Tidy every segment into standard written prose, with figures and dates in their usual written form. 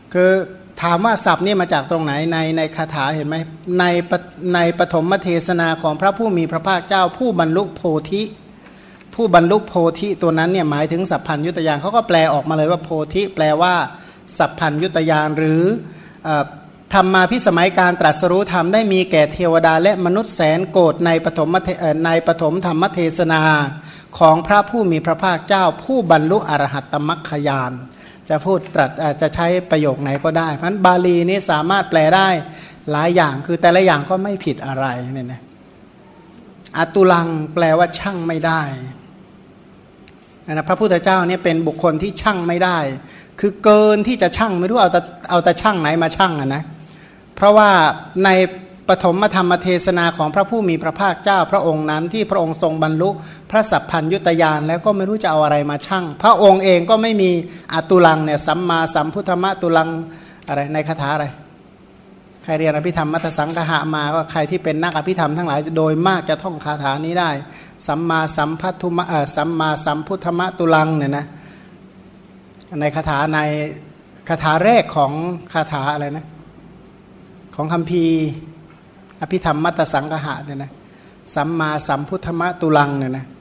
คือถามว่าศัพท์นี่มาจากตรงไหนในคาถาเห็นไหมในปฐมเทศนาของพระผู้มีพระภาคเจ้าผู้บรรลุโพธิผู้บรรลุโพธิตัวนั้นเนี่ยหมายถึงสัพพัญญุตญาณเขาก็แปลออกมาเลยว่าโพธิแปลว่าสัพพัญญุตญาณหรือธรรมาภิสมัยการตรัสรู้ธรรมได้มีแก่เทวดาและมนุษย์แสนโกรธในปฐมธรรมเทศนาของพระผู้มีพระภาคเจ้าผู้บรรลุอรหัตตมรรคญาณจะพูดตรัสจะใช้ประโยคไหนก็ได้เพราะฉะนั้นบาลีนี้สามารถแปลได้หลายอย่างคือแต่ละอย่างก็ไม่ผิดอะไรเนี่ยนะอตุลังแปลว่าช่างไม่ได้นะพระพุทธเจ้าเนี่ยเป็นบุคคลที่ช่างไม่ได้คือเกินที่จะช่างไม่รู้เอาแต่ช่างไหนมาช่างนะเพราะว่าในปฐมธรรมเทศนาของพระผู้มีพระภาคเจ้าพระองค์นั้นที่พระองค์ทรงบรรลุพระสัพพัญญุตญาณแล้วก็ไม่รู้จะเอาอะไรมาชั่งพระองค์เองก็ไม่มีอตุลังเนี่ยสัมมาสัมพุทธมะตุลังอะไรในคาถาอะไรใครเรียนอภิธรรมมัทสังคหะมาก็ใครที่เป็นนักอภิธรรมทั้งหลายโดยมากจะท่องคาถานี้ได้สัมมาสัมพัทธุมะสัมมาสัมพุทธมะตุลังเนี่ยนะในคาถาในคาถาแรกของคาถาอะไรนะของคัมภีร์อภิธรรมมัตตสังคหะเนี่ยนะสัมมาสัมพุทธมะตุลังเนี่ยนะ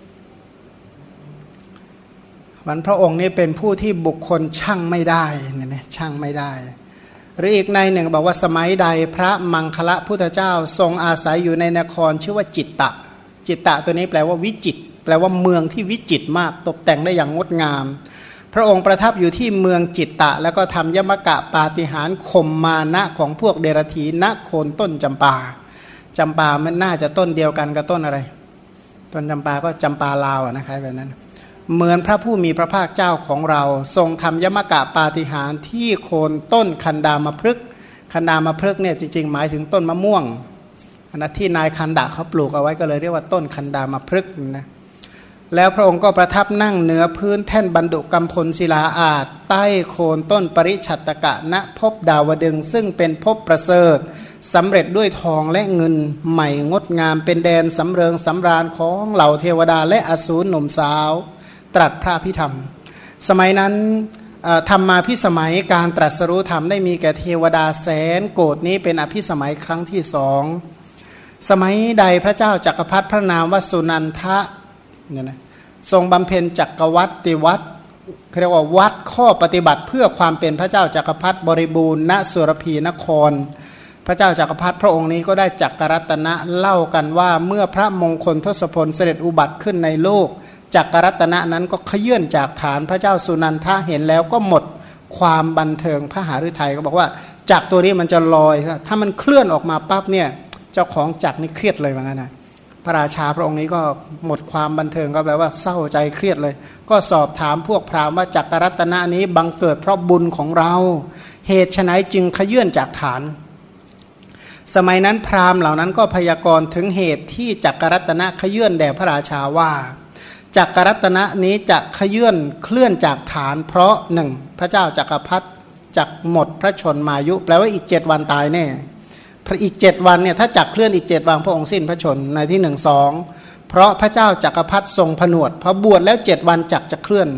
มันพระองค์นี้เป็นผู้ที่บุคคลช่างไม่ได้เนี่ยนะช่างไม่ได้หรืออีกในหนึ่งบอกว่าสมัยใดพระมังคละพุทธเจ้าทรงอาศัยอยู่ในนครชื่อว่าจิตตะจิตตะตัวนี้แปลว่าวิจิตรแปลว่าเมืองที่วิจิตรมากตกแต่งได้อย่างงดงามพระองค์ประทับอยู่ที่เมืองจิตตะแล้วก็ทำยมกะปาฏิหาริย์ข่มมานะของพวกเดรัจฉีณโคนต้นจำปาจำปามันน่าจะต้นเดียวกันกับต้นอะไรต้นจำปาก็จำปาลาวนะครับแบบนั้นเหมือนพระผู้มีพระภาคเจ้าของเราทรงทำยมกะปาฏิหาริย์ที่โคนต้นคันดามพฤกษ์คันดามพฤกษ์เนี่ยจริงๆหมายถึงต้นมะม่วงอันนั้นที่นายคันดะเขาปลูกเอาไว้ก็เลยเรียกว่าต้นคันดามพฤกษ์นะแล้วพระองค์ก็ประทับนั่งเหนือพื้นแท่นบรรดุกัมพลศิลาอาจใต้โคนต้นปริฉัตตกะณภพดาวดึงซึ่งเป็นภพประเสริฐสำเร็จด้วยทองและเงินใหม่งดงามเป็นแดนสำเริงสำราญของเหล่าเทวดาและอสูรหนุ่มสาวตรัสพระพิธรรมสมัยนั้นธรรมาภิสมัยการตรัสรู้ธรรมได้มีแก่เทวดาแสนโกรธนี้เป็นอภิสมัยครั้งที่สองสมัยใดพระเจ้าจักรพรรดิพระนามวสุนันทะเนี่ยนะทรงบำเพ็ญจักรวัตติวัดเรียกว่าวัดข้อปฏิบัติเพื่อความเป็นพระเจ้าจักรพรรดิบริบูรณ์ณสุรพีนครพระเจ้าจักรพรรดิพระองค์นี้ก็ได้จักรรัตนะเล่ากันว่าเมื่อพระมงคลทศพลเสด็จอุบัติขึ้นในโลกจักรรัตนะนั้นก็ขยื่นจากฐานพระเจ้าสุนันทะเห็นแล้วก็หมดความบันเทิงพระหฤทัยก็บอกว่าจักรตัวนี้มันจะลอยถ้ามันเคลื่อนออกมาปั๊บเนี่ยเจ้าของจักรนี่เครียดเลยว่างั้นนะพระราชาพระองค์นี้ก็หมดความบันเทิงก็แปลว่าเศร้าใจเครียดเลยก็สอบถามพวกพราหมณ์ว่าจักรรัตนะนี้บังเกิดเพราะบุญของเราเหตุไฉนจึงขยื่นจากฐานสมัยนั้นพราหมณ์เหล่านั้นก็พยากรณ์ถึงเหตุที่จักรรัตนะขยื่นแด่พระราชาว่าจักรรัตนะนี้จะขยื่นเคลื่อนจากฐานเพราะหนึ่งพระเจ้าจักรพรรดิจักหมดพระชนมายุแปลว่าอีก7วันตายแน่อีก7วันเนี่ยถ้าจักเคลื่อนอีก7วันพระองค์สิ้นพระชนในที่1 2เพราะพระเจ้าจักรพรรดิทรงผนวดพอบวชแล้ว7วันจักจะเคลื่อน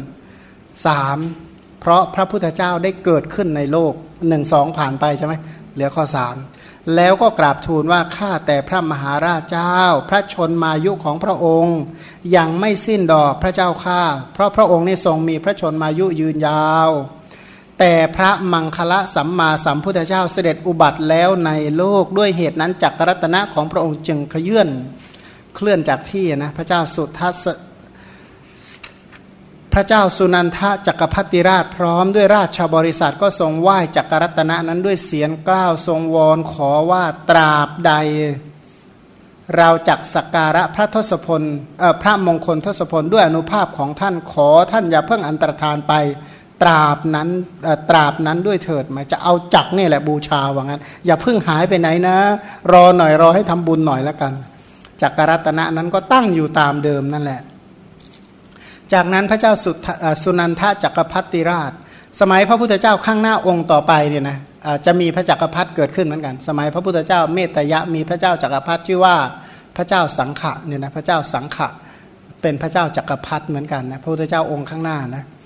3เพราะพระพุทธเจ้าได้เกิดขึ้นในโลก1 2ผ่านไปใช่ไหมเหลือข้อ3แล้วก็กราบทูลว่าข้าแต่พระมหาราชเจ้าพระชนมายุของพระองค์ยังไม่สิ้นดอกพระเจ้าข้าเพราะพระองค์นี่ทรงมีพระชนมายุยืนยาวแต่พระมังคละสัมมาสัมพุทธเจ้าเสด็จอุบัติแล้วในโลกด้วยเหตุนั้นจักรรัตนะของพระองค์จึงขยื่นเคลื่อนจากที่นะพระเจ้าสุทัศพระเจ้าสุนันทะจักรพรรดิราชพร้อมด้วยราชบริษัทก็ทรงไหว้จักรรัตนะนั้นด้วยเสียงกล้าวทรงวอนขอว่าตราบใดเราจักสักการะพระทศพลพระมงคลทศพลด้วยอนุภาพของท่านขอท่านอย่าเพิ่งอันตรธานไปตราบนั้นด้วยเถิดหมายจะเอาจักนี่แหละบูชาว่างั้นอย่าเพิ่งหายไปไหนนะรอหน่อยรอให้ทำบุญหน่อยแล้วกันจักรรัตนะนั้นก็ตั้งอยู่ตามเดิมนั่นแหละจากนั้นพระเจ้าสุนันทจักรพรรดิราชสมัยพระพุทธเจ้าข้างหน้าองค์ต่อไปเนี่ยนะจะมีพระจักรพรรดิเกิดขึ้นเหมือนกันสมัยพระพุทธเจ้าเมตยะมีพระเจ้าจักรพรรดิชื่อว่าพระเจ้าสังขะเนี่ยนะพระเจ้าสังขะเป็นพระเจ้าจักรพรรดิเหมือนกันนะพระพุทธเจ้าองค์ข้างหน้านะ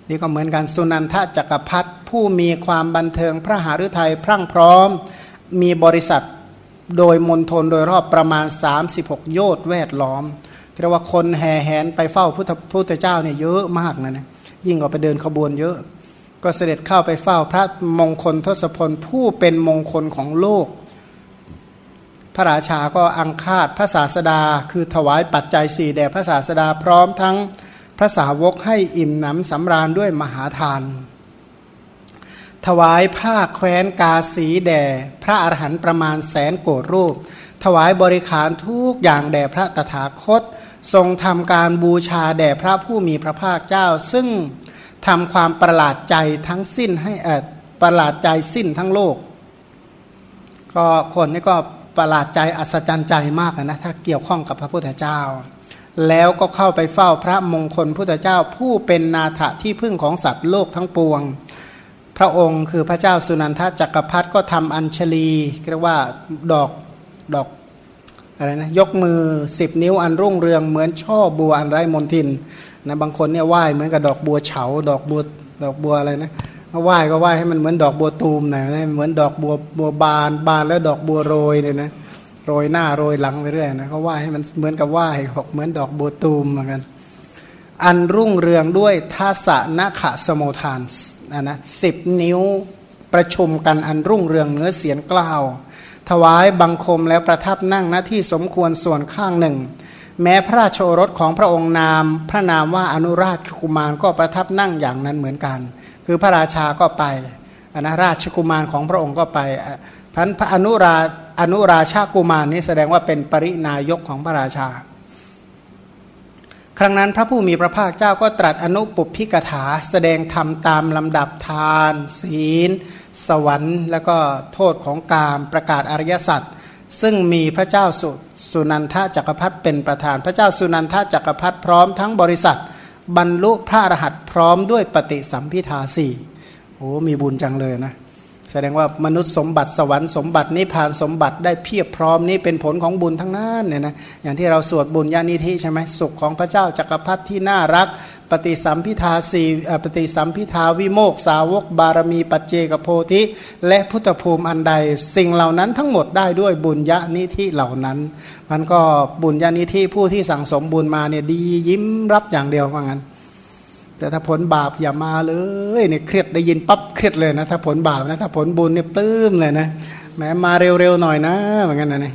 นี่ก็เหมือนกันสุนันทจักรพรรดิผู้มีความบันเทิงพระหฤทัยพรั่งพร้อมมีบริษัทโดยมณฑลโดยรอบประมาณ36โยชน์แวดล้อมเรียกว่าคนแห่แหนไปเฝ้าพุทธเจ้าเนี่ยเยอะมากนะยิ่งกว่าไปเดินขบวนเยอะก็เสด็จเข้าไปเฝ้าพระมงคลทศพลผู้เป็นมงคลของโลกพระราชาก็อังคาดพระศาสดาคือถวายปัจจัย4แด่พระศาสดาพร้อมทั้งพระสาวกให้อิ่มหนำสำราญด้วยมหาทานถวายผ้าแคว้นกาสีแด่พระอรหันต์ประมาณ100,000 โกฏรูปถวายบริขารทุกอย่างแด่พระตถาคตทรงทำการบูชาแด่พระผู้มีพระภาคเจ้าซึ่งทำความประหลาดใจทั้งสิ้นให้ประหลาดใจสิ้นทั้งโลกก็คนนี้ก็ประหลาดใจอัศจรรย์ใจมากนะถ้าเกี่ยวข้องกับพระพุทธเจ้าแล้วก็เข้าไปเฝ้าพระมงคลพุทธเจ้าผู้เป็นนาถะที่พึ่งของสัตว์โลกทั้งปวงพระองค์คือพระเจ้าสุนันทจักรพรรดิก็ทำอัญชลีเรียกว่าดอกอะไรนะยกมือ10 นิ้วอันรุ่งเรืองเหมือนช่อบัวอันไร้มนทินนะบางคนเนี่ยไหว้เหมือนกับดอกบัวเฉาดอกบัวอะไรนะไหว้ก็ไหว้ให้มันเหมือนดอกบัวตูมหน่อยเหมือนดอกบัวบานแล้วดอกบัวโรยเนี่ยนะโรยหน้าโรยหลังไปเรื่อยนะเขาไหว้ให้มันเหมือนกับไหว้เหมือนดอกบัวตูมเหมือนกันอันรุ่งเรืองด้วยทัสสะนะขะสโมทานนะ10 นิ้วประชุมกันอันรุ่งเรืองเนื้อเสียงกล้าวถวายบังคมแล้วประทับนั่งณที่สมควรส่วนข้างหนึ่งแม้พระราชโอรสของพระองค์พระนามว่าอนุราชกุมารก็ประทับนั่งอย่างนั้นเหมือนกันคือพระราชาก็ไปนะราชกุมารของพระองค์ก็ไปพระอนุราชกุมารนี้แสดงว่าเป็นปรินายกของพระราชาครั้งนั้นพระผู้มีพระภาคเจ้าก็ตรัสอนุปุพพิกถาแสดงธรรมตามลำดับทานศีลสวรรค์แล้วก็โทษของกามประกาศอริยสัจซึ่งมีพระเจ้าสุนันทจักรพรรดิเป็นประธานพระเจ้าสุนันทจักรพรรดิพร้อมทั้งบริษัทบรรลุพระอรหันต์พร้อมด้วยปฏิสัมภิทา4โอ้มีบุญจังเลยนะแสดงว่ามนุษย์สมบัติสวรรค์สมบัตินิพพานสมบัติได้เพียบพร้อมนี้เป็นผลของบุญทั้งนั้นเนี่ยนะอย่างที่เราสวดบุญญาณิธิใช่ไหมสุขของพระเจ้าจักรพรรดิที่น่ารักปฏิสัมภิทา4ปฏิสัมภิทาวิโมกสาวกบารมีปัจเจกโพธิและพุทธภูมิอันใดสิ่งเหล่านั้นทั้งหมดได้ด้วยบุญญาณิธิเหล่านั้นมันก็บุญญาณิธิผู้ที่สั่งสมบุญมาเนี่ยดียิ้มรับอย่างเดียวว่างั้นแต่ถ้าผลบาปอย่ามาเลยเนี่ยเครียดได้ยินปั๊บเครียดเลยนะถ้าผลบาปนะถ้าผลบุญเนี่ยปลื้มเลยนะแม้มาเร็วๆหน่อยนะเหมือนกันนะนี่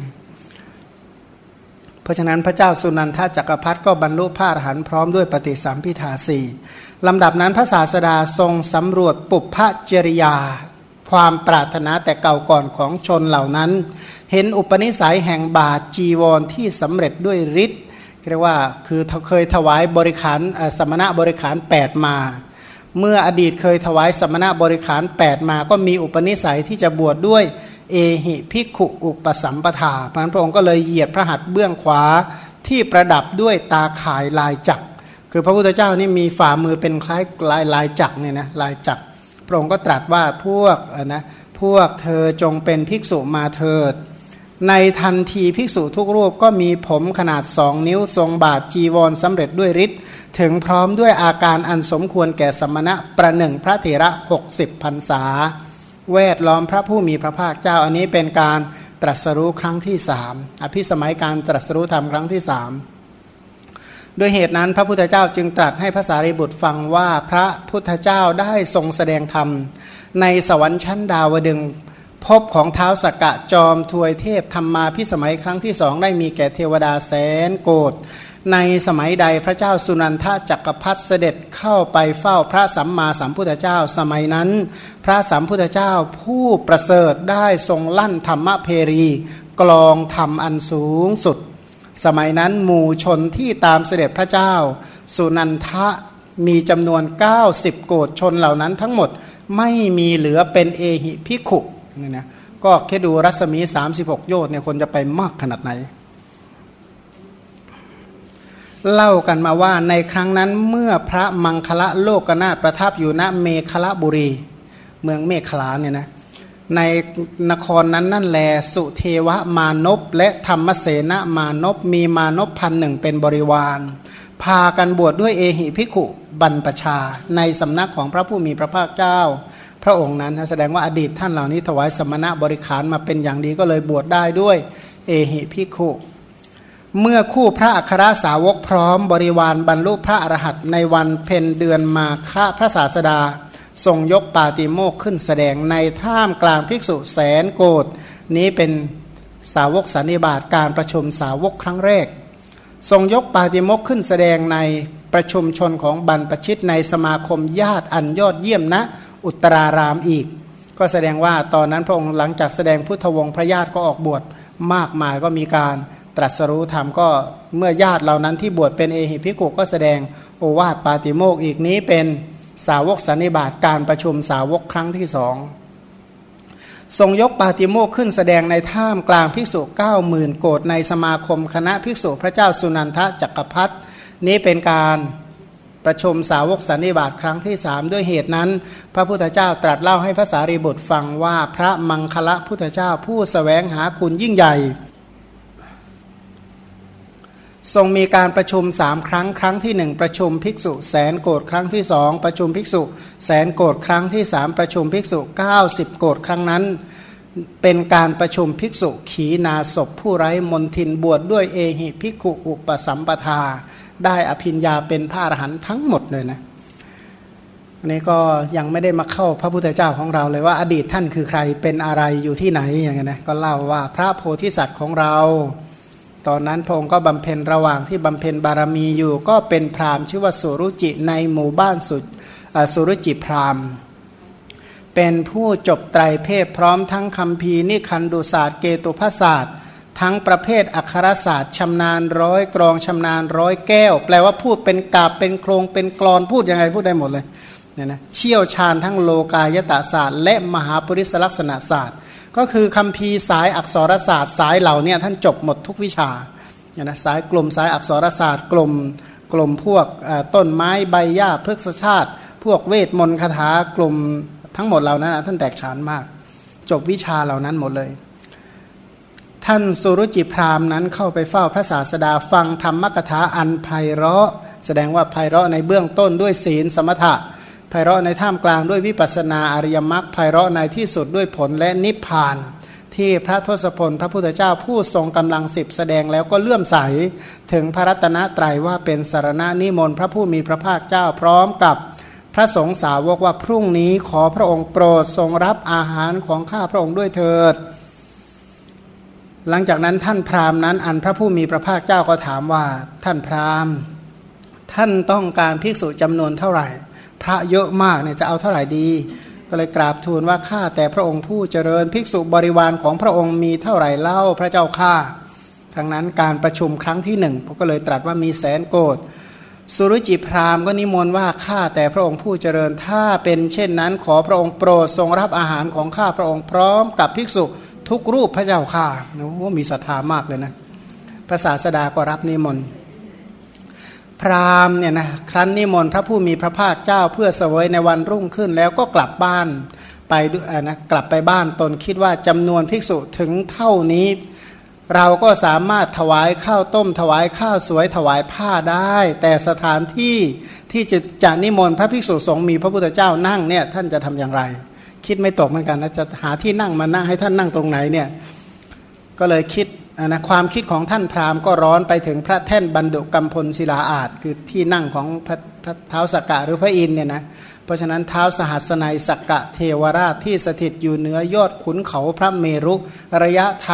เพราะฉะนั้นพระเจ้าสุนันทจักรพรรดิก็บรรลุพระอรหันต์พร้อมด้วยปฏิสัมภิทา4ลำดับนั้นพระศาสดาทรงสำรวจปุพพจริยาความปรารถนาแต่เก่าก่อนของชนเหล่านั้นเห็นอุปนิสัยแห่งบาทจีวรที่สำเร็จด้วยฤทธิ์เรียกว่าคือเคยถวายบริขารสมณะบริขาร8มาเมื่ออดีตเคยถวายสมณะบริขาร8มาก็มีอุปนิสัยที่จะบวชดด้วยเอหิภิกขุอุปสัมปทาพระนั้นพระองค์ก็เลยเหยียดพระหัตถ์เบื้องขวาที่ประดับด้วยตาข่ายลายจักรคือพระพุทธเจ้านี่มีฝ่ามือเป็นคล้ายลายจักรเนี่ยนะลายจักรพระองค์ก็ตรัสว่าพวกเธอจงเป็นภิกษุมาเถิดในทันทีภิกษุทุกรูปก็มีผมขนาด2 นิ้วทรงบาทจีวรสำเร็จด้วยฤทธิ์ถึงพร้อมด้วยอาการอันสมควรแก่สมณะประหนึ่งพระเถระ60 พรรษาแวดล้อมพระผู้มีพระภาคเจ้าอันนี้เป็นการตรัสรู้ครั้งที่3อภิสมัยการตรัสรู้ธรรมครั้งที่3ด้วยเหตุนั้นพระพุทธเจ้าจึงตรัสให้พระสารีบุตรฟังว่าพระพุทธเจ้าได้ทรงแสดงธรรมในสวรรค์ชั้นดาวดึงส์ภพของท้าวสักกะจอมทวยเทพธรรมาภิสมัยครั้งที่2ได้มีแก่เทวดา100,000 โกฏในสมัยใดพระเจ้าสุนันทจักรพรรดิเสด็จเข้าไปเฝ้าพระสัมมาสัมพุทธเจ้าสมัยนั้นพระสัมพุทธเจ้าผู้ประเสริฐได้ทรงลั่นธรรมเพรีกลองธรรมอันสูงสุดสมัยนั้นหมู่ชนที่ตามเสด็จพระเจ้าสุนันทะมีจำนวน90 โกฏชนเหล่านั้นทั้งหมดไม่มีเหลือเป็นเอหิภิกขุนี่นะก็แค่ดูรัศมี36โยชน์เนี่ยคนจะไปมากขนาดไหนเล่ากันมาว่าในครั้งนั้นเมื่อพระมังคละโลกนาถประทับอยู่ณเมขลบุรีเมืองเมขลาเนี่ยนะในนครนั้นนั่นแลสุเทวมานพและธรรมเสนมานพมีมานพ1,000เป็นบริวารพากันบวชด้วยเอหิภิกขุบรรพชาในสำนักของพระผู้มีพระภาคเจ้าพระองค์นั้นแสดงว่าอดีตท่านเหล่านี้ถวายสมณะบริขารมาเป็นอย่างดีก็เลยบวชได้ด้วยเอหิภิกขุเมื่อคู่พระอัครสาวกพร้อมบริวารบรรลุพระอรหันต์ในวันเพ็ญเดือนมาฆพระศาสดาทรงยกปาติโมกข์ขึ้นแสดงในท่ามกลางภิกษุแสนโกฏนี้เป็นสาวกสันนิบาตการประชุมสาวกครั้งแรกทรงยกปาติโมกข์ขึ้นแสดงในประชุมชนของบรรพชิตในสมาคมญาติอันยอดเยี่ยมณอุตรารามอีกก็แสดงว่าตอนนั้นพระองค์หลังจากแสดงพุทธวงศ์พระญาติก็ออกบวชมากมายก็มีการตรัสรู้ธรรมก็เมื่อญาติเหล่านั้นที่บวชเป็นเอหิภิกขุก็แสดงโอวาทปาติโมกข์อีกนี้เป็นสาวกสันนิบาตการประชุมสาวกครั้งที่สองทรงยกปาติโมกข์ขึ้นแสดงในท่ามกลางภิกษุ 90,000 โกฏในสมาคมคณะภิกษุพระเจ้าสุนันทจักรพรรดินี้เป็นการประชุมสาวกสันนิบาตครั้งที่สามด้วยเหตุนั้นพระพุทธเจ้าตรัสเล่าให้พระสารีบุตรฟังว่าพระมังคละพุทธเจ้าผู้แสวงหาคุณยิ่งใหญ่ทรงมีการประชุม3ครั้งครั้งที่1ประชุมภิกษุแสนโกฏครั้งที่2ประชุมภิกษุแสนโกฏครั้งที่3ประชุมภิกษุ90โกฏครั้งนั้นเป็นการประชุมภิกษุขีณาสพผู้ไร้มนทินบวชด้วยเอหิภิกขุอุปสัมปทาได้อภิญญาเป็นพระอรหันต์ทั้งหมดเลยนะอันนี้ก็ยังไม่ได้มาเข้าพระพุทธเจ้าของเราเลยว่าอดีตท่านคือใครเป็นอะไรอยู่ที่ไหนอย่างเงี้ยนะก็เล่าว่าพระโพธิสัตว์ของเราตอนนั้นพระองค์ก็บำเพ็ญระหว่างที่บำเพ็ญบารมีอยู่ก็เป็นพราหมณ์ชื่อว่าสุรุจิในหมู่บ้านสุรุจิพราหมณ์เป็นผู้จบไตรเพศพร้อมทั้งคัมภีร์นิคันดุศาสตร์เกตุพศาสตร์ทั้งประเภทอักขรศาสตร์ชำนาญร้อยกรองชำนาญร้อยแก้วแปลว่าพูดเป็นกาบเป็นโครงเป็นกลอนพูดยังไงพูดได้หมดเลยเนี่ยนะเชี่ยวชาญทั้งโลกายตศาสตร์และมหาปริศลักษณศาสตร์ก็คือคัมภีร์สายอักษรศาสตร์สายเหล่านี้ท่านจบหมดทุกวิชาเนี่ยนะสายกลุ่มสายอักษรศาสตร์กลุ่มพวกต้นไม้ใบหญ้าพฤกษชาติพวกเวทมนต์คาถากลุ่มทั้งหมดเหล่านั้นท่านแตกฉานมากจบวิชาเหล่านั้นหมดเลยท่านสุรุจิพราหมณ์นั้นเข้าไปเฝ้าพระศาสดาฟังธรรมกถาอันไพเราะแสดงว่าไพเราะในเบื้องต้นด้วยศีลสมถะไพเราะในท่ามกลางด้วยวิปัสสนาอริยมรรคไพเราะในที่สุดด้วยผลและนิพพานที่พระทศพลพระพุทธเจ้าผู้ทรงกำลัง10แสดงแล้วก็เลื่อมใสถึงพระรัตนตรัยว่าเป็นสรณะนิมนต์พระผู้มีพระภาคเจ้าพร้อมกับพระสงฆ์สาวกว่าพรุ่งนี้ขอพระองค์โปรดทรงรับอาหารของข้าพระองค์ด้วยเถิดหลังจากนั้นท่านพราหมณ์นั้นอันพระผู้มีพระภาคเจ้าก็ถามว่าท่านพราหมณ์ท่านต้องการภิกษุจำนวนเท่าไหร่พระเยอะมากเนี่ยจะเอาเท่าไหร่ดีก็เลยกราบทูลว่าข้าแต่พระองค์ผู้เจริญภิกษุบริวารของพระองค์มีเท่าไหร่เล่าพระเจ้าข้าครั้งนั้นการประชุมครั้งที่1ก็เลยตรัสว่ามีแสนโกฏสุรุจิพราหมณ์ก็นิมนต์ว่าข้าแต่พระองค์ผู้เจริญถ้าเป็นเช่นนั้นขอพระองค์โปรดทรงรับอาหารของข้าพระองค์พร้อมกับภิกษุทุกรูปพระเจ้าข้าโอ้มีศรัทธามากเลยนะพระศาสดาก็รับนิมนต์พราหมณ์เนี่ยนะครั้นนิมนต์พระผู้มีพระภาคเจ้าเพื่อเสวยในวันรุ่งขึ้นแล้วก็กลับบ้านไปนะกลับไปบ้านตนคิดว่าจำนวนภิกษุถึงเท่านี้เราก็สามารถถวายข้าวต้มถวายข้าวสวยถวายผ้าได้แต่สถานที่ที่จะนิมนต์พระภิกษุสงฆ์มีพระพุทธเจ้านั่งเนี่ยท่านจะทำอย่างไรคิดไม่ตกเหมือนกันนะจะหาที่นั่งมานั่งให้ท่านนั่งตรงไหนเนี่ยก็เลยคิดนะความคิดของท่านพราหมณ์ก็ร้อนไปถึงพระแท่นบรรดุกัมพลศิลาอาสน์คือที่นั่งของพระท้าวสักกะหรือพระอินทร์เนี่ยนะเพราะฉะนั้นท้าวสหัสนัยสักกะเทวราชที่สถิตอยู่เหนือยอดขุนเขาพระเมรุระยะทาง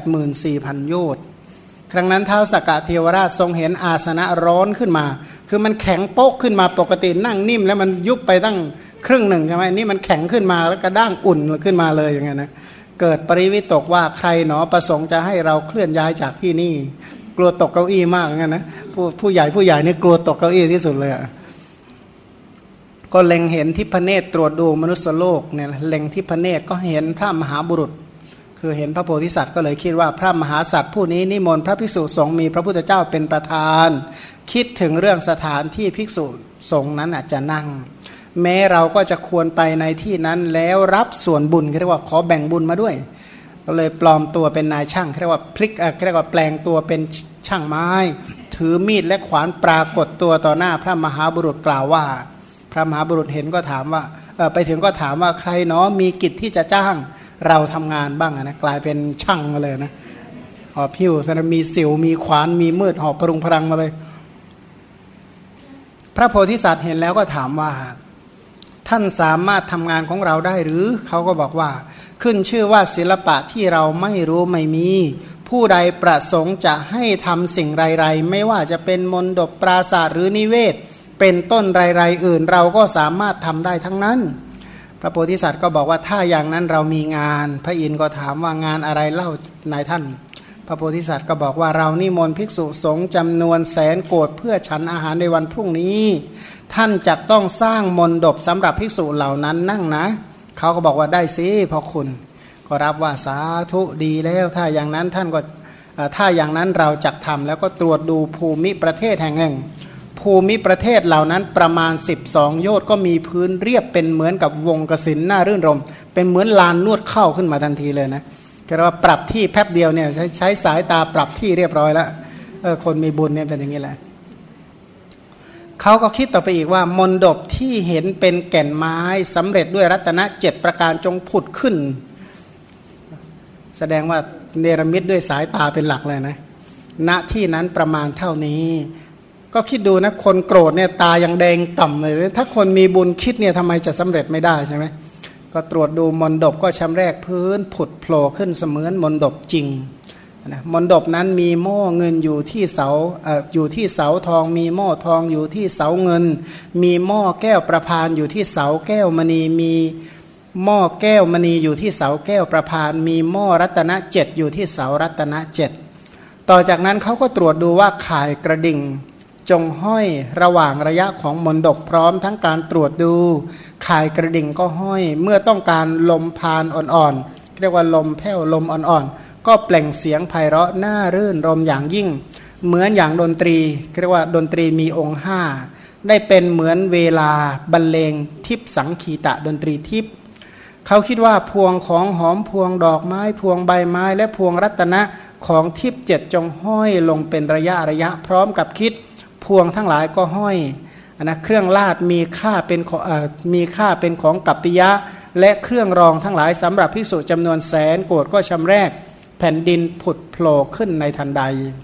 84,000 โยชน์ครั้งนั้นท้าวสักกะเทวราชทรงเห็นอาสนะร้อนขึ้นมาคือมันแข็งโป๊กขึ้นมาปกตินั่งนิ่มแล้วมันยุบไปตั้งครึ่งหนึ่งใช่ไหมนี่มันแข็งขึ้นมาแล้วกระด้างอุ่นขึ้นมาเลยอย่างเงี้ยนะเกิดปริวิตกว่าใครหนอประสงค์จะให้เราเคลื่อนย้ายจากที่นี่กลัวตกเก้าอี้มากอย่างเงี้ยนะผู้ใหญ่นี่กลัวตกเก้าอี้ที่สุดเลยอ่ะก็เล็งเห็นทิพเนตรตรวจดูมนุษยโลกเนี่ยเล็งทิพเนตรก็เห็นพระมหาบุรุษคือเห็นพระโพธิสัตว์ก็เลยคิดว่าพระมหาสัตว์ผู้นี้นิมนต์พระภิกษุสงฆ์มีพระพุทธเจ้าเป็นประธานคิดถึงเรื่องสถานที่ภิกษุสงฆ์นั้นอาจจะนั่งแม้เราก็จะควรไปในที่นั้นแล้วรับส่วนบุญเรียกว่าขอแบ่งบุญมาด้วยก็เลยปลอมตัวเป็นนายช่างเรียกว่าพลิกเรียกว่าแปลงตัวเป็นช่างไม้ถือมีดและขวานปรากฏตัวต่อหน้าพระมหาบุรุษกล่าวว่าพระมหาบุรุษเห็นก็ถามว่าไปถึงก็ถามว่าใครเนาะมีกิจที่จะจ้างเราทำงานบ้างนะกลายเป็นช่างมาเลยนะหอบหิ้วสนะมีสิวมีขวานมีมืดหอบปรุงพลังมาเลยพระโพธิสัตว์เห็นแล้วก็ถามว่าท่านสามารถทำงานของเราได้หรือเขาก็บอกว่าขึ้นชื่อว่าศิลปะที่เราไม่รู้ไม่มีผู้ใดประสงค์จะให้ทำสิ่งไรๆไม่ว่าจะเป็นมณฑปปราสาทหรือนิเวศเป็นต้นไรๆอื่นเราก็สามารถทำได้ทั้งนั้นพระโพธิสัตว์ก็บอกว่าถ้าอย่างนั้นเรามีงานพระอินทร์ก็ถามว่างานอะไรเล่านายท่านพระโพธิสัตว์ก็บอกว่าเรานิมนต์ภิกษุสงฆ์จำนวนแสนโกฏเพื่อฉันอาหารในวันพรุ่งนี้ท่านจะต้องสร้างมณฑปสำหรับภิกษุเหล่านั้นนั่งนะเขาก็บอกว่าได้สิพอคุณก็รับว่าสาธุดีแล้วถ้าอย่างนั้นท่านก็ถ้าอย่างนั้นเราจักทำแล้วก็ตรวจดูภูมิประเทศแห่งหนึ่งภูมิประเทศเหล่านั้นประมาณ12โยชน์ก็มีพื้นเรียบเป็นเหมือนกับวงกสิณน่ารื่นรมเป็นเหมือนลานนวดเข้าขึ้นมาทันทีเลยนะก็เรียกว่าปรับที่แป๊บเดียวเนี่ยใช้สายตาปรับที่เรียบร้อยแล้วคนมีบุญเนี่ยเป็นอย่างนี้แหละเขาก็คิดต่อไปอีกว่ามณฑปที่เห็นเป็นแก่นไม้สำเร็จด้วยรัตนะ7ประการจงผุดขึ้นแสดงว่าเนรมิตด้วยสายตาเป็นหลักเลยนะณที่นั้นประมาณเท่านี้ก็คิดดูนะคนโกรธเนี่ยตายังแดงต่ำเลยถ้าคนมีบุญคิดเนี่ยทำไมจะสำเร็จไม่ได้ใช่ไหมก็ตรวจดูมณฑปก็ชำแรกพื้นผุดโผล่ขึ้นเสมือนมณฑปจริงนะมณฑปนั้นมีหม้อเงินอยู่ที่เสาอยู่ที่เสาทองมีหม้อทองอยู่ที่เสาเงินมีหม้อแก้วประพานอยู่ที่เสาแก้วมณีมีหม้อแก้วมณีอยู่ที่เสาแก้วประพานมีหม้อรัตนะ7อยู่ที่เสารัตนะ7ต่อจากนั้นเขาก็ตรวจดูว่าข่ายกระดิ่งจงห้อยระหว่างระยะของมณฑปพร้อมทั้งการตรวจดูข่ายกระดิ่งก็ห้อยเมื่อต้องการลมพานอ่อนๆเรียกว่าลมแผ่วลมอ่อนๆก็เปล่งเสียงไพเราะน่ารื่นรมอย่างยิ่งเหมือนอย่างดนตรีเรียกว่าดนตรีมีองค์5ได้เป็นเหมือนเวลาบรรเลงทิพสังคีตะดนตรีทิพเขาคิดว่าพวงของหอมพวงดอกไม้พวงใบไม้และพวงรัตนะของทิพ7จงห้อยลงเป็นระยะพร้อมกับคิดพวงทั้งหลายก็ห้อยนะเครื่องลาดมีค่าเป็นของกัปปิยะและเครื่องรองทั้งหลายสำหรับภิกษุจำนวนแสนโกฏก็ชำแรกแผ่นดินผุดโผล่ขึ้นในทันใด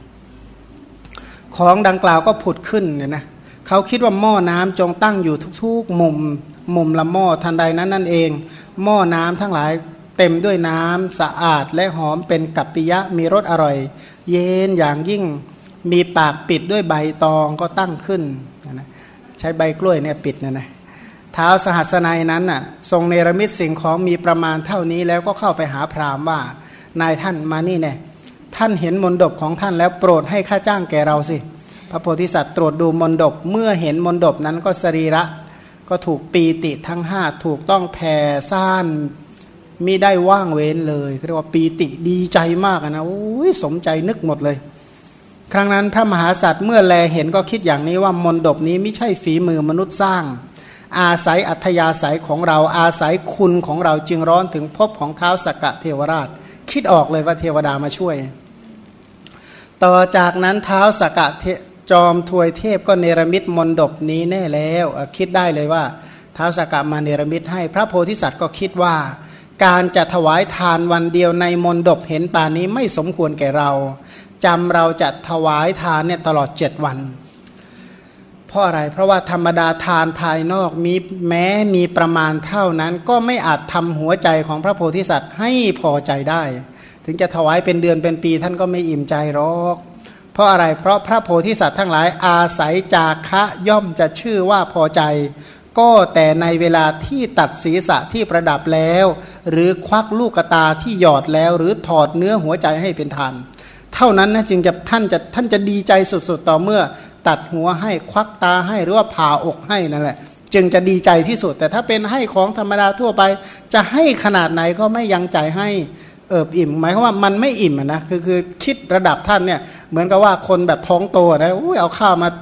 ของดังกล่าวก็ผุดขึ้นเนี่ยนะเขาคิดว่าหม้อน้ำจงตั้งอยู่ทุกๆมุมละหม้อทันใดนั้นนั่นเองหม้อน้ำทั้งหลายเต็มด้วยน้ำสะอาดและหอมเป็นกัปปิยะมีรสอร่อยเย็นอย่างยิ่งมีปากปิดด้วยใบตองก็ตั้งขึ้นนะใช้ใบกล้วยเนี่ยปิดนะท้าวสหัสนัยนั้นน่ะทรงเนรมิตสิ่งของมีประมาณเท่านี้แล้วก็เข้าไปหาพราหมณ์ว่านายท่านมานี่แน่ท่านเห็นมณฑปของท่านแล้วโปรดให้ค่าจ้างแก่เราสิพระโพธิสัตว์ตรวจดูมณฑปเมื่อเห็นมณฑปนั้นก็สรีระก็ถูกปีติทั้ง5ถูกต้องแผ่ซ่านมิได้ว่างเว้นเลยเรียกว่าปีติดีใจมากนะโอ้ยสมใจนึกหมดเลยครั้งนั้นพระมหาสัตว์เมื่อแลเห็นก็คิดอย่างนี้ว่ามณฑปนี้ไม่ใช่ฝีมือมนุษย์สร้างอาศัยอัธยาศัยของเราอาศัยคุณของเราจึงร้อนถึงภพของท้าวสักกะเทวราชคิดออกเลยว่าเทวดามาช่วยต่อจากนั้นท้าวสักกะจอมทวยเทพก็เนรมิตมณฑปนี้แน่แล้วคิดได้เลยว่าท้าวสักกะมาเนรมิตให้พระโพธิสัตว์ก็คิดว่าการจะถวายทานวันเดียวในมณฑปเห็นป่านนี้ไม่สมควรแก่เราจำเราจะถวายทานเนี่ยตลอด7วันเพราะอะไรเพราะว่าธรรมดาทานภายนอกแม้มีประมาณเท่านั้นก็ไม่อาจทำหัวใจของพระโพธิสัตว์ให้พอใจได้ถึงจะถวายเป็นเดือนเป็นปีท่านก็ไม่อิ่มใจหรอกเพราะอะไรเพราะพระโพธิสัตว์ทั้งหลายอาศัยจาคะย่อมจะชื่อว่าพอใจก็แต่ในเวลาที่ตัดศีรษะที่ประดับแล้วหรือควักลูกตาที่หยอดแล้วหรือถอดเนื้อหัวใจให้เป็นทานเท่านั้นนะจึงจะท่านจะดีใจสุดๆต่อเมื่อตัดหัวให้ควักตาให้หรือว่าผ่าอกให้นั่นแหละจึงจะดีใจที่สุดแต่ถ้าเป็นให้ของธรรมดาทั่วไปจะให้ขนาดไหนก็ไม่ยังใจให้อิ่มหมายความว่ามันไม่อิ่มนะคือคิดระดับท่านเนี่ยเหมือนกับว่าคนแบบท้องโตนะเอาข้าวมา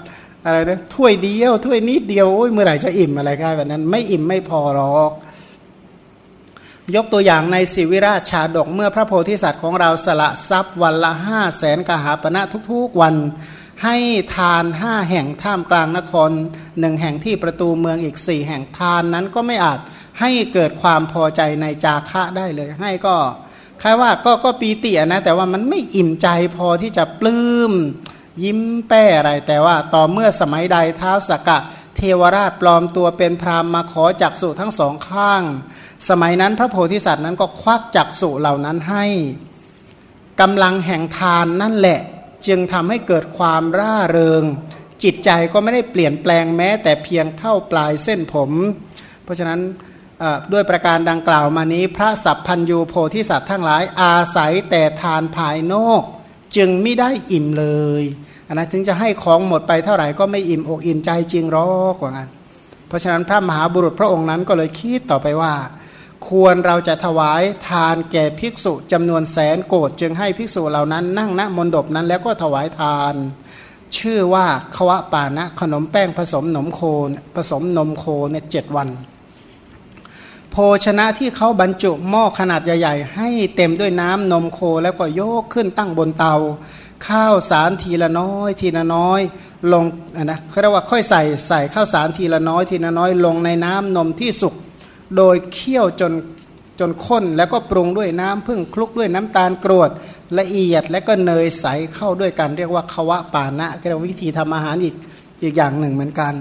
อะไรนะถ้วยเดียวถ้วยนิดเดียวโอ้ยเมื่อไหร่จะอิ่มอะไรกันแบบนั้นไม่อิ่มไม่พอหรอกยกตัวอย่างในสิวิราชชาดกเมื่อพระโพธิสัตว์ของเราสละทรัพย์วันละ500,000 กหาปณะทุกๆวันให้ทาน5 แห่งท่ามกลางนคร1 แห่งที่ประตูเมืองอีก4 แห่งทานนั้นก็ไม่อาจให้เกิดความพอใจในจาคะได้เลยให้ก็คล้ายว่าก็ปีตินะแต่ว่ามันไม่อิ่มใจพอที่จะปลื้มยิ้มแป้อะไรแต่ว่าต่อเมื่อสมัยใดท้าวสักกะเทวราชปลอมตัวเป็นพราหมณ์มาขอจักษุทั้งสองข้างสมัยนั้นพระโพธิสัตว์นั้นก็ควักจักษุเหล่านั้นให้กำลังแห่งทานนั่นแหละจึงทำให้เกิดความร่าเริงจิตใจก็ไม่ได้เปลี่ยนแปลงแม้แต่เพียงเท่าปลายเส้นผมเพราะฉะนั้นด้วยประการดังกล่าวมานี้พระสัพพัญญูโพธิสัตว์ทั้งหลายอาศัยแต่ทานภายนอกจึงไม่ได้อิ่มเลยนะถึงจะให้ของหมดไปเท่าไหร่ก็ไม่อิ่มอกอิ่มใจจริงหรอกว่างั้นเพราะฉะนั้นพระมหาบุรุษพระองค์นั้นก็เลยคิดต่อไปว่าควรเราจะถวายทานแก่ภิกษุจำนวน100,000 โกฏจึงให้ภิกษุเหล่านั้นนั่งณมณฑปนั้นแล้วก็ถวายทานชื่อว่าควปานะขนมแป้งผสมนมโคผสมนมโคเนี่ย7 วันโภชนะที่เขาบรรจุหม้อขนาดใหญ่ๆให้เต็มด้วยน้ำนมโคแล้วก็โยกขึ้นตั้งบนเตาข้าวสารทีละน้อยทีละน้อยลงนะเขาเรียกว่าค่อยใส่ข้าวสารทีละน้อยทีละน้อยลงในน้ำนมที่สุกโดยเคี่ยวจนข้นแล้วก็ปรุงด้วยน้ำผึ้งคลุกด้วยน้ำตาลกรวดละเอียดและก็เนยใสเข้าด้วยกันเรียกว่าควปานะเรียกว่าวิธีทำอาหารอีกอย่างหนึ่งเหมือนกัน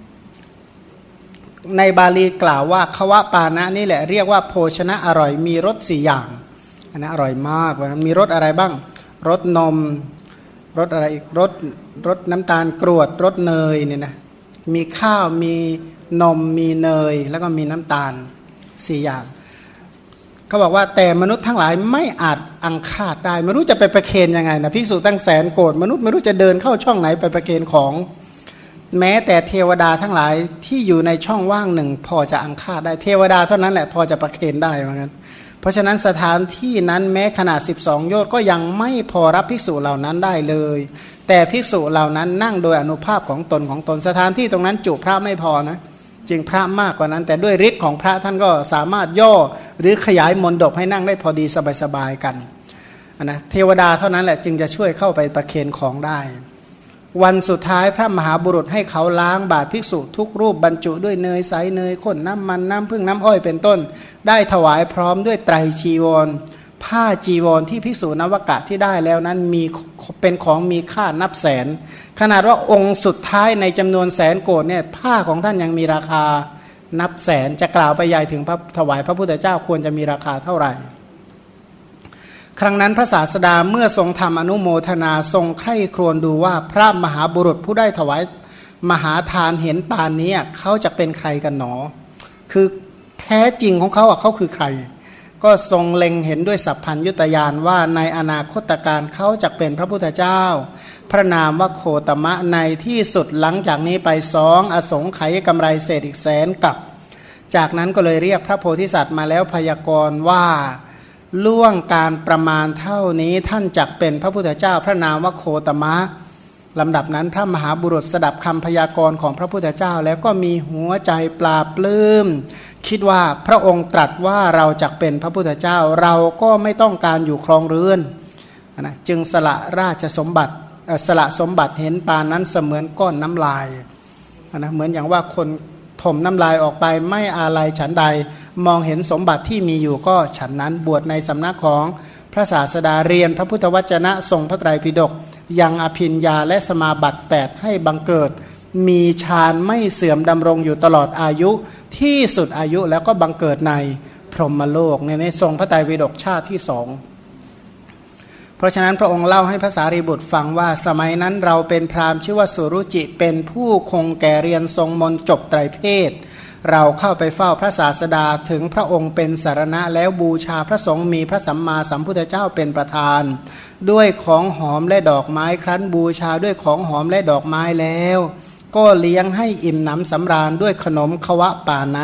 ในบาลีกล่าวว่าควปานะนี่แหละเรียกว่าโภชนะอร่อยมีรส4 อย่างอันนั้นอร่อยมากมีรสอะไรบ้างรสนมรสอะไรอีกรสน้ำตาลกรวดรสเนยเนี่ยนะมีข้าวมีนมมีเนยแล้วก็มีน้ำตาล4 อย่างเขาบอกว่าแต่มนุษย์ทั้งหลายไม่อาจอังคาดได้ไม่รู้จะไปประเคนยังไงนะภิกษุตั้ง100,000 โกฏมนุษย์ไม่รู้จะเดินเข้าช่องไหนไปประเคนของแม้แต่เทวดาทั้งหลายที่อยู่ในช่องว่างหนึ่งพอจะอังคาดได้เทวดาเท่านั้นแหละพอจะประเคนได้เหมือนกันเพราะฉะนั้นสถานที่นั้นแม้ขนาด12 โยชน์ก็ยังไม่พอรับภิกษุเหล่านั้นได้เลยแต่ภิกษุเหล่านั้นนั่งโดยอนุภาพของตนสถานที่ตรงนั้นจุพระไม่พอนะจึงพระมากกว่านั้นแต่ด้วยฤทธิ์ของพระท่านก็สามารถย่อหรือขยายมณฑปให้นั่งได้พอดีสบายๆกันนะเทวดาเท่านั้นแหละจึงจะช่วยเข้าไปประเคนของได้วันสุดท้ายพระมหาบุรุษให้เขาล้างบาตรภิกษุทุกรูปบรรจุด้วยเนยใสเนยข้นน้ำมันน้ำผึ้งน้ำอ้อยเป็นต้นได้ถวายพร้อมด้วยไตรจีวรผ้าจีวรที่ภิกษุนวกะที่ได้แล้วนั้นมีเป็นของมีค่านับแสนขนาดว่าองค์สุดท้ายในจำนวน100,000 โกฏเนี่ยผ้าของท่านยังมีราคานับแสนจะกล่าวไปใหญ่ถึงพระถวายพระพุทธเจ้าควรจะมีราคาเท่าไหร่ครั้งนั้นพระศาสดาเมื่อทรงทำอนุโมทนาทรงใคร่ครวญดูว่าพระมหาบุรุษผู้ได้ถวายมหาทานเห็นปานนี้เขาจะเป็นใครกันหนอคือแท้จริงของเขาเขาคือใครก็ทรงเล็งเห็นด้วยสัพพัญญุตญาณว่าในอนาคตการเขาจะเป็นพระพุทธเจ้าพระนามว่าโคตมะในที่สุดหลังจากนี้ไป2 อสงไขยกำไรเศษอีก100,000 กับจากนั้นก็เลยเรียกพระโพธิสัตว์มาแล้วพยากรณ์ว่าล่วงการประมาณเท่านี้ท่านจักเป็นพระพุทธเจ้าพระนามว่าโคตมะลำดับนั้นพระมหาบุรุษสดับคำพยากรณ์ของพระพุทธเจ้าแล้วก็มีหัวใจปลาปลื้มคิดว่าพระองค์ตรัสว่าเราจักเป็นพระพุทธเจ้าเราก็ไม่ต้องการอยู่ครองเรือนนะจึงสละราชสมบัติสละสมบัติเห็นปานนั้นเสมือนก้อนน้ำลายนะเหมือนอย่างว่าคนถมน้ำลายออกไปไม่อาลัยฉันใดมองเห็นสมบัติที่มีอยู่ก็ฉันนั้นบวชในสำนักของพระศาสดาเรียนพระพุทธวจนะทรงพระไตรปิฎกยังอภิญญาและสมาบัติ8ให้บังเกิดมีฌานไม่เสื่อมดำรงอยู่ตลอดอายุที่สุดอายุแล้วก็บังเกิดในพรหมโลกในทรงพระไตรปิฎกชาติที่2เพราะฉะนั้นพระองค์เล่าให้พระสารีบุตรฟังว่าสมัยนั้นเราเป็นพราหมณ์ชื่อว่าสุรุจิเป็นผู้คงแก่เรียนทรงมนต์จบไตรเพศเราเข้าไปเฝ้าพระศาสดาถึงพระองค์เป็นสารณะแล้วบูชาพระสงฆ์มีพระสัมมาสัมพุทธเจ้าเป็นประธานด้วยของหอมและดอกไม้ครั้นบูชาด้วยของหอมและดอกไม้แล้วก็เลี้ยงให้อิ่มหนำสำราญด้วยขนมควปานะ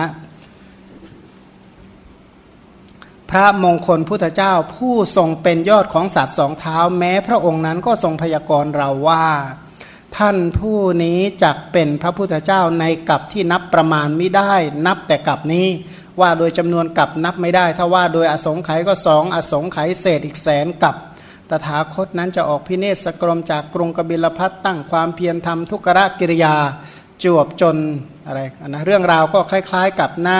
พระมงคลพุทธเจ้าผู้ทรงเป็นยอดของสัตว์2 เท้าแม้พระองค์นั้นก็ทรงพยากรณ์เราว่าท่านผู้นี้จักเป็นพระพุทธเจ้าในกัปที่นับประมาณไม่ได้นับแต่กัปนี้ว่าโดยจำนวนกัปนับไม่ได้ถ้าว่าโดยอสงไขยก็2อสงไขยเศษอีก100,000กัปตถาคตนั้นจะออกพิเนศกรมจากกรุงกบิลพัสตั้งความเพียรทำทุกขกิริยาจวบจนอะไรนะเรื่องราวก็คล้ายๆกับหน้า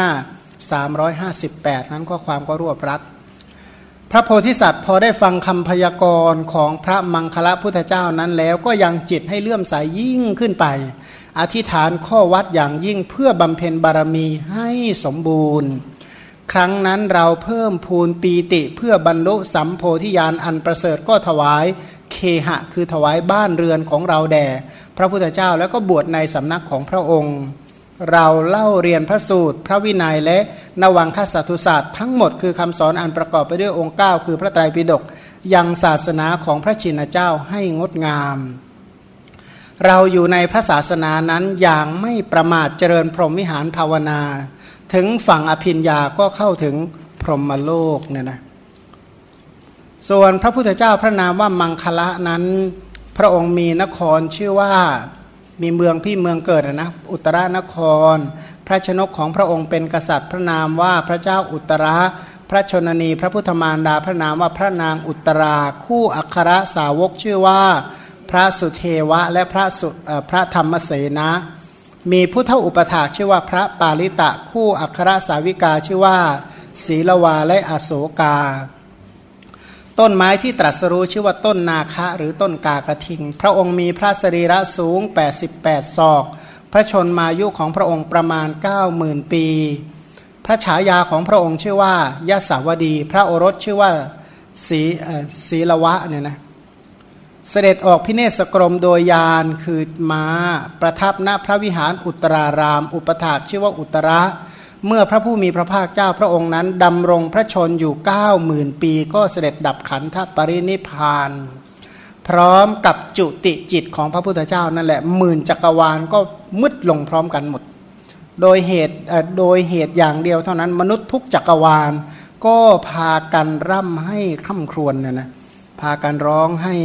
358นั้นข้อความก็รวบรัดพระโพธิสัตว์พอได้ฟังคำพยากรณ์ของพระมังคละพุทธเจ้านั้นแล้วก็ยังจิตให้เลื่อมใสยิ่งขึ้นไปอธิษฐานข้อวัดอย่างยิ่งเพื่อบำเพ็ญบารมีให้สมบูรณ์ครั้งนั้นเราเพิ่มพูนปีติเพื่อบรรลุสัมโพธิญาณอันประเสริฐก็ถวายเคหะคือถวายบ้านเรือนของเราแด่พระพุทธเจ้าแล้วก็บวชในสำนักของพระองค์เราเล่าเรียนพระสูตรพระวินัยและนวังคสัตตุศาสตร์ทั้งหมดคือคำสอนอันประกอบไปด้วยองค์9คือพระไตรปิฎกยังศาสนาของพระชินเจ้าให้งดงามเราอยู่ในพระศาสนานั้นอย่างไม่ประมาทเจริญพรหมวิหารภาวนาถึงฝั่งอภิญญาก็เข้าถึงพรหมโลกเนี่ยนะส่วนพระพุทธเจ้าพระนามว่ามังคละนั้นพระองค์มีนครชื่อว่ามีเมืองพี่เมืองเกิดนะอุตรนครพระชนกของพระองค์เป็นกษัตริย์พระนามว่าพระเจ้าอุตระพระชนนีพระพุทธมารดาพระนามว่าพระนางอุตราคู่อัครสาวกชื่อว่าพระสุเทวะและพระธรรมเสนามีผู้เฒ่าอุปถากชื่อว่าพระปาลิตะคู่อัครสาวิกาชื่อว่าศีลวาและอโศกาต้นไม้ที่ตรัสรู้ชื่อว่าต้นนาคะหรือต้นกากระทิงพระองค์มีพระสรีระสูง88ศอกพระชนมายุของพระองค์ประมาณ 90,000 ปีพระฉายาของพระองค์ชื่อว่ายสาวดีพระโอรสชื่อว่าศีลวะเนี่ยนะเสด็จออกพิเนศกรมโดยยานคือม้าประทับณพระวิหารอุตรารามอุปถากชื่อว่าอุตระเมื่อพระผู้มีพระภาคเจ้าพระองค์นั้นดำรงพระชนอยู่ 90,000 ปีก็เสด็จดับขันธปรินิพพานพร้อมกับจุติจิตของพระพุทธเจ้านั่นแหละหมื่นจักรวาลก็มืดลงพร้อมกันหมดโดยเหตุอย่างเดียวเท่านั้นมนุษย์ทุกจักรวาลก็พากันร่ำให้คร่ำครวญเนี่ยนะพากันร้องให้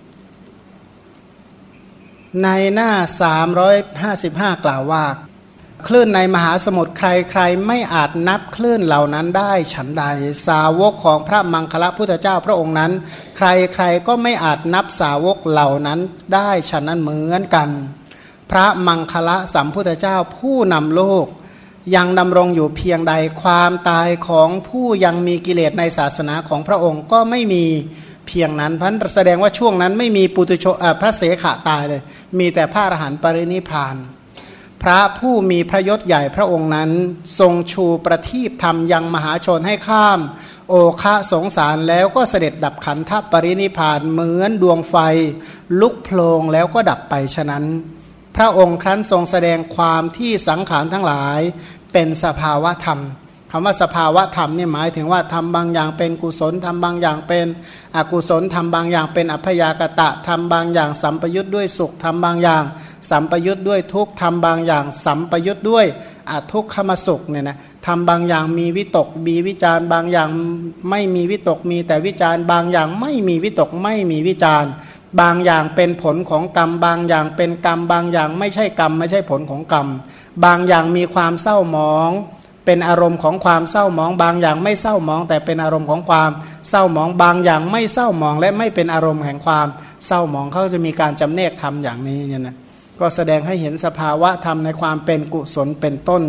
ในหน้า355กล่าวว่าคลื่นในมหาสมุทรใครๆไม่อาจนับคลื่นเหล่านั้นได้ฉันใดสาวกของพระมังคละพุทธเจ้าพระองค์นั้นใครๆก็ไม่อาจนับสาวกเหล่านั้นได้ฉะนั้นเหมือนกันพระมังคละสัมพุทธเจ้าผู้นำโลกยังดำรงอยู่เพียงใดความตายของผู้ยังมีกิเลสในศาสนาของพระองค์ก็ไม่มีเพียงนั้นเพราะแสดงว่าช่วงนั้นไม่มีปุถุชนพระเสขะตายเลยมีแต่พระอรหันต์ปรินิพพานพระผู้มีพระยศใหญ่พระองค์นั้นทรงชูประทีปธรรมยังมหาชนให้ข้ามโอคะสงสารแล้วก็เสด็จดับขันธปรินิพพานเหมือนดวงไฟลุกโผลงแล้วก็ดับไปฉะนั้นพระองค์ครั้นทรงแสดงความที่สังขารทั้งหลายเป็นสภาวะธรรมคำว่าสภาวะธรรมนี่หมายถึงว่าทำบางอย่างเป็นกุศลทำบางอย่างเป็นอกุศลทำบางอย่างเป็นอัพยากตะทำบางอย่างสัมปยุทธ์ด้วยสุขทำบางอย่างสัมปยุทธ์ด้วยทุกข์ทำบางอย่างสัมปยุทธ์ด้วยอทุกขมสุขเนี่ยนะทำบางอย่างมีวิตกมีวิจารบางอย่างไม่มีวิตกมีแต่วิจารบางอย่างไม่มีวิตกไม่มีวิจารบางอย่างเป็นผลของกรรมบางอย่างเป็นกรรมบางอย่างไม่ใช่กรรมไม่ใช่ผลของกรรมบางอย่างมีความเศร้าหมองเป็นอารมณ์ของความเศร้าหมองบางอย่างไม่เศร้าหมองแต่เป็นอารมณ์ของความเศร้าหมองบางอย่างไม่เศร้าหมองและไม่เป็นอารมณ์แห่งความเศร้าหมองเขาจะมีการจำแนกธรรมอย่างนี้เนี่ยนะก็แสดงให้เห็นสภาวะธรรมในความเป็นกุศลเป็นต้น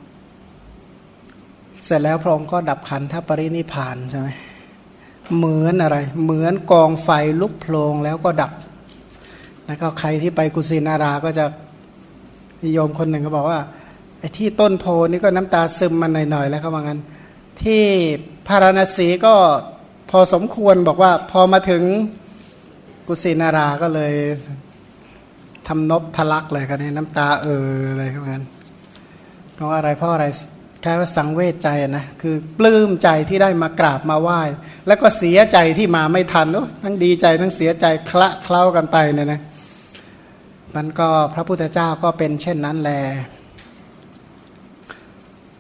เสร็จแล้วพระองค์ก็ดับขันธปรินิพพานใช่ไหมเหมือนอะไรเหมือนกองไฟลุกโผลงแล้วก็ดับแล้วก็ใครที่ไปกุสินาราก็จะโยมคนหนึ่งก็บอกว่าไอ้ที่ต้นโพนี่ก็น้ำตาซึมมาหน่อยๆแล้วเขาว่างั้นที่พาราณสีก็พอสมควรบอกว่าพอมาถึงกุสินาราก็เลยทำนบทะลักเลยกันน้ำตาเลยเขาว่างั้นเพราะอะไรเพราะอะไรแค่ว่าสังเวชใจนะคือปลื้มใจที่ได้มากราบมาไหว้แล้วก็เสียใจที่มาไม่ทันทั้งดีใจทั้งเสียใจคละเคล้ากันไปเนี่ยนะมันก็พระพุทธเจ้าก็เป็นเช่นนั้นแล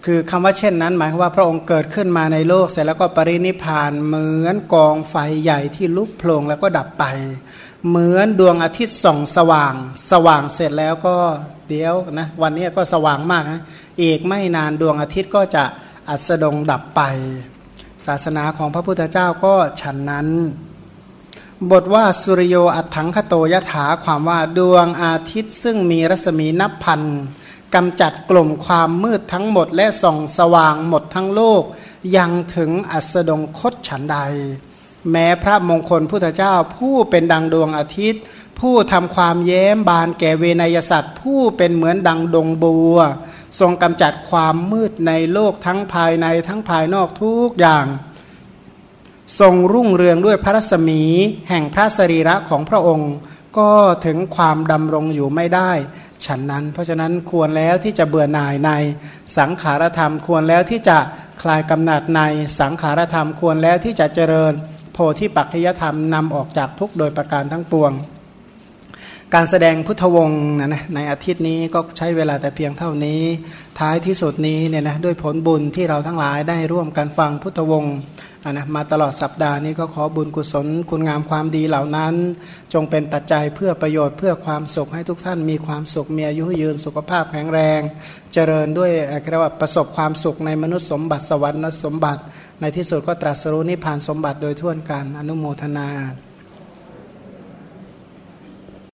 คือคำว่าเช่นนั้นหมายความว่าพระองค์เกิดขึ้นมาในโลกเสร็จแล้วก็ปรินิพพานเหมือนกองไฟใหญ่ที่ลุกโผล่แล้วก็ดับไปเหมือนดวงอาทิตย์ส่องสว่างเสร็จแล้วก็เดี๋ยวนะวันนี้ก็สว่างมากนะอีกไม่นานดวงอาทิตย์ก็จะอัสดงดับไปศาสนาของพระพุทธเจ้าก็ฉันนั้นบทว่าสุริโยอัฏฐังคโตยถาความว่าดวงอาทิตย์ซึ่งมีรัศมีนับพันกำจัดกลุ่มความมืดทั้งหมดและส่องสว่างหมดทั้งโลกยังถึงอัสดงคตฉันใดแม้พระมงคลพุทธเจ้าผู้เป็นดังดวงอาทิตย์ผู้ทำความแย้มบานแก่เวนยสัตว์ผู้เป็นเหมือนดังดงบัวทรงกำจัดความมืดในโลกทั้งภายในทั้งภายนอกทุกอย่างทรงรุ่งเรืองด้วยพระรัศมีแห่งพระสรีระของพระองค์ก็ถึงความดำรงอยู่ไม่ได้ฉันนั้นเพราะฉะนั้นควรแล้วที่จะเบื่อหน่ายในสังขารธรรมควรแล้วที่จะคลายกำหนัดในสังขารธรรมควรแล้วที่จะเจริญโพธิปัจจยธรรมนำออกจากทุกข์โดยประการทั้งปวงการแสดงพุทธวงศ์นะในอาทิตย์นี้ก็ใช้เวลาแต่เพียงเท่านี้ท้ายที่สุดนี้เนี่ยนะด้วยผลบุญที่เราทั้งหลายได้ร่วมกันฟังพุทธวงศ์นะมาตลอดสัปดาห์นี้ก็ขอบุญกุศลคุณงามความดีเหล่านั้นจงเป็นปัจจัยเพื่อประโยชน์เพื่อความสุขให้ทุกท่านมีความสุขมีอายุยืนสุขภาพแข็งแรงเจริญด้วยเรียกว่าประสบความสุขในมนุษย์สมบัติสวรรค์สมบัติในที่สุดก็ตรัสรู้นิพพานสมบัติโดยทั่วกันอนุโมทนา